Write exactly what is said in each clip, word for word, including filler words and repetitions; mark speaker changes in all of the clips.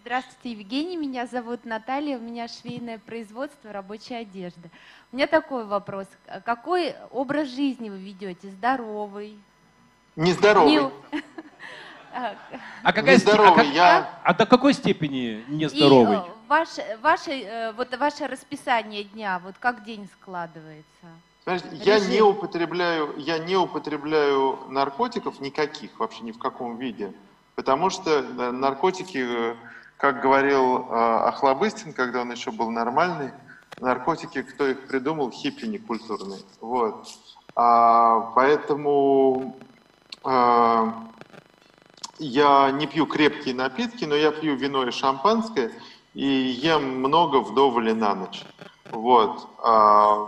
Speaker 1: Здравствуйте, Евгений, меня зовут Наталья, у меня швейное производство, рабочая одежда. У меня такой вопрос. Какой образ жизни вы ведете? Здоровый?
Speaker 2: Нездоровый.
Speaker 1: Не...
Speaker 3: А, какая
Speaker 2: Нездоровый,
Speaker 3: а, как...
Speaker 2: я...
Speaker 3: а до какой степени нездоровый?
Speaker 1: И ваше, ваше, вот ваше расписание дня, вот как день складывается?
Speaker 2: Знаете, я не употребляю, я не употребляю наркотиков никаких, вообще ни в каком виде. Потому что наркотики, как говорил Охлобыстин, когда он еще был нормальный, наркотики, кто их придумал, хиппи некультурные. Вот. А, поэтому а, я не пью крепкие напитки, но я пью вино и шампанское и ем много вдоволь и на ночь. Вот. А,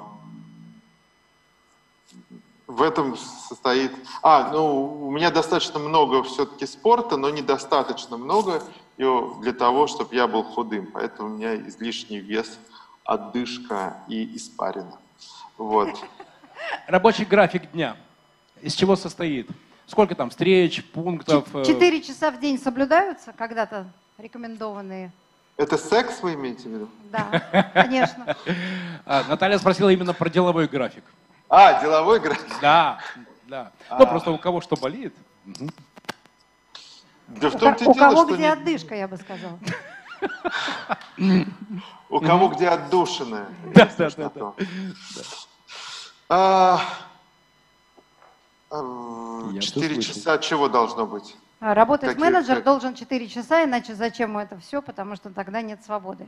Speaker 2: в этом состоит... А, ну, у меня достаточно много все-таки спорта, но недостаточно много для того, чтобы я был худым. Поэтому у меня излишний вес, отдышка и испарина. Вот.
Speaker 3: Рабочий график дня. Из чего состоит? Сколько там встреч, пунктов?
Speaker 4: Четыре часа в день соблюдаются когда-то рекомендованные?
Speaker 2: Это секс вы имеете в виду?
Speaker 4: Да, конечно.
Speaker 3: Наталья спросила именно про деловой график.
Speaker 2: А, деловой график?
Speaker 3: Да, да. А. Ну, просто у кого что болит. Угу.
Speaker 2: Да в
Speaker 4: у
Speaker 2: том-то
Speaker 4: у
Speaker 2: дело,
Speaker 4: кого
Speaker 2: что
Speaker 4: где
Speaker 2: не...
Speaker 4: отдышка, я бы сказала.
Speaker 2: У кого где отдушина.
Speaker 3: Да, да, да.
Speaker 2: Четыре часа чего должно быть?
Speaker 4: Работать менеджер должен четыре часа, иначе зачем ему это все, потому что тогда нет свободы.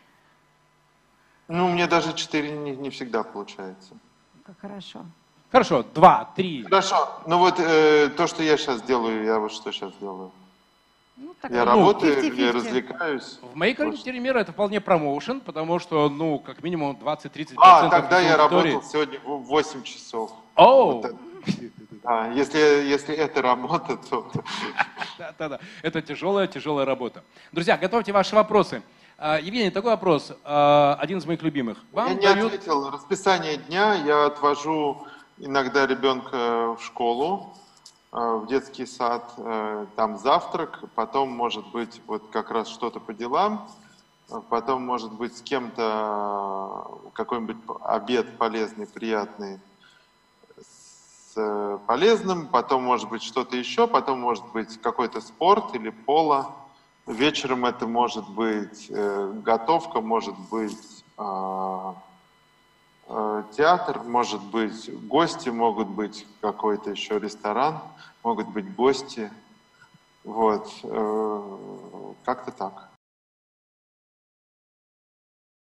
Speaker 2: Ну, мне даже четыре не, не всегда получается.
Speaker 4: Как хорошо.
Speaker 3: Хорошо, два, три.
Speaker 2: Хорошо. Ну вот э, то, что я сейчас делаю, я вот что сейчас делаю.
Speaker 4: Ну, так,
Speaker 2: я
Speaker 4: ну,
Speaker 2: работаю,
Speaker 4: пятьдесят пятьдесят.
Speaker 2: я развлекаюсь.
Speaker 3: В моей карьере мира это вполне промоушен, потому что, ну, как минимум двадцать-тридцать
Speaker 2: А,
Speaker 3: процентов
Speaker 2: тогда я
Speaker 3: аудитории...
Speaker 2: работал сегодня в восемь часов.
Speaker 3: Оу!
Speaker 2: Вот а, если, если это работа, то...
Speaker 3: Да-да-да, это тяжелая, тяжелая работа. Друзья, готовьте ваши вопросы. Евгений, такой вопрос, один из моих любимых.
Speaker 2: Вам я не дают... ответил. Расписание дня. Я отвожу иногда ребенка в школу, в детский сад, там завтрак, потом может быть вот как раз что-то по делам, потом может быть с кем-то какой-нибудь обед полезный, приятный, с полезным, потом может быть что-то еще, потом может быть какой-то спорт или поло. Вечером это может быть э, готовка, может быть э, э, театр, может быть гости, могут быть какой-то еще ресторан, могут быть гости. Вот, э, как-то так.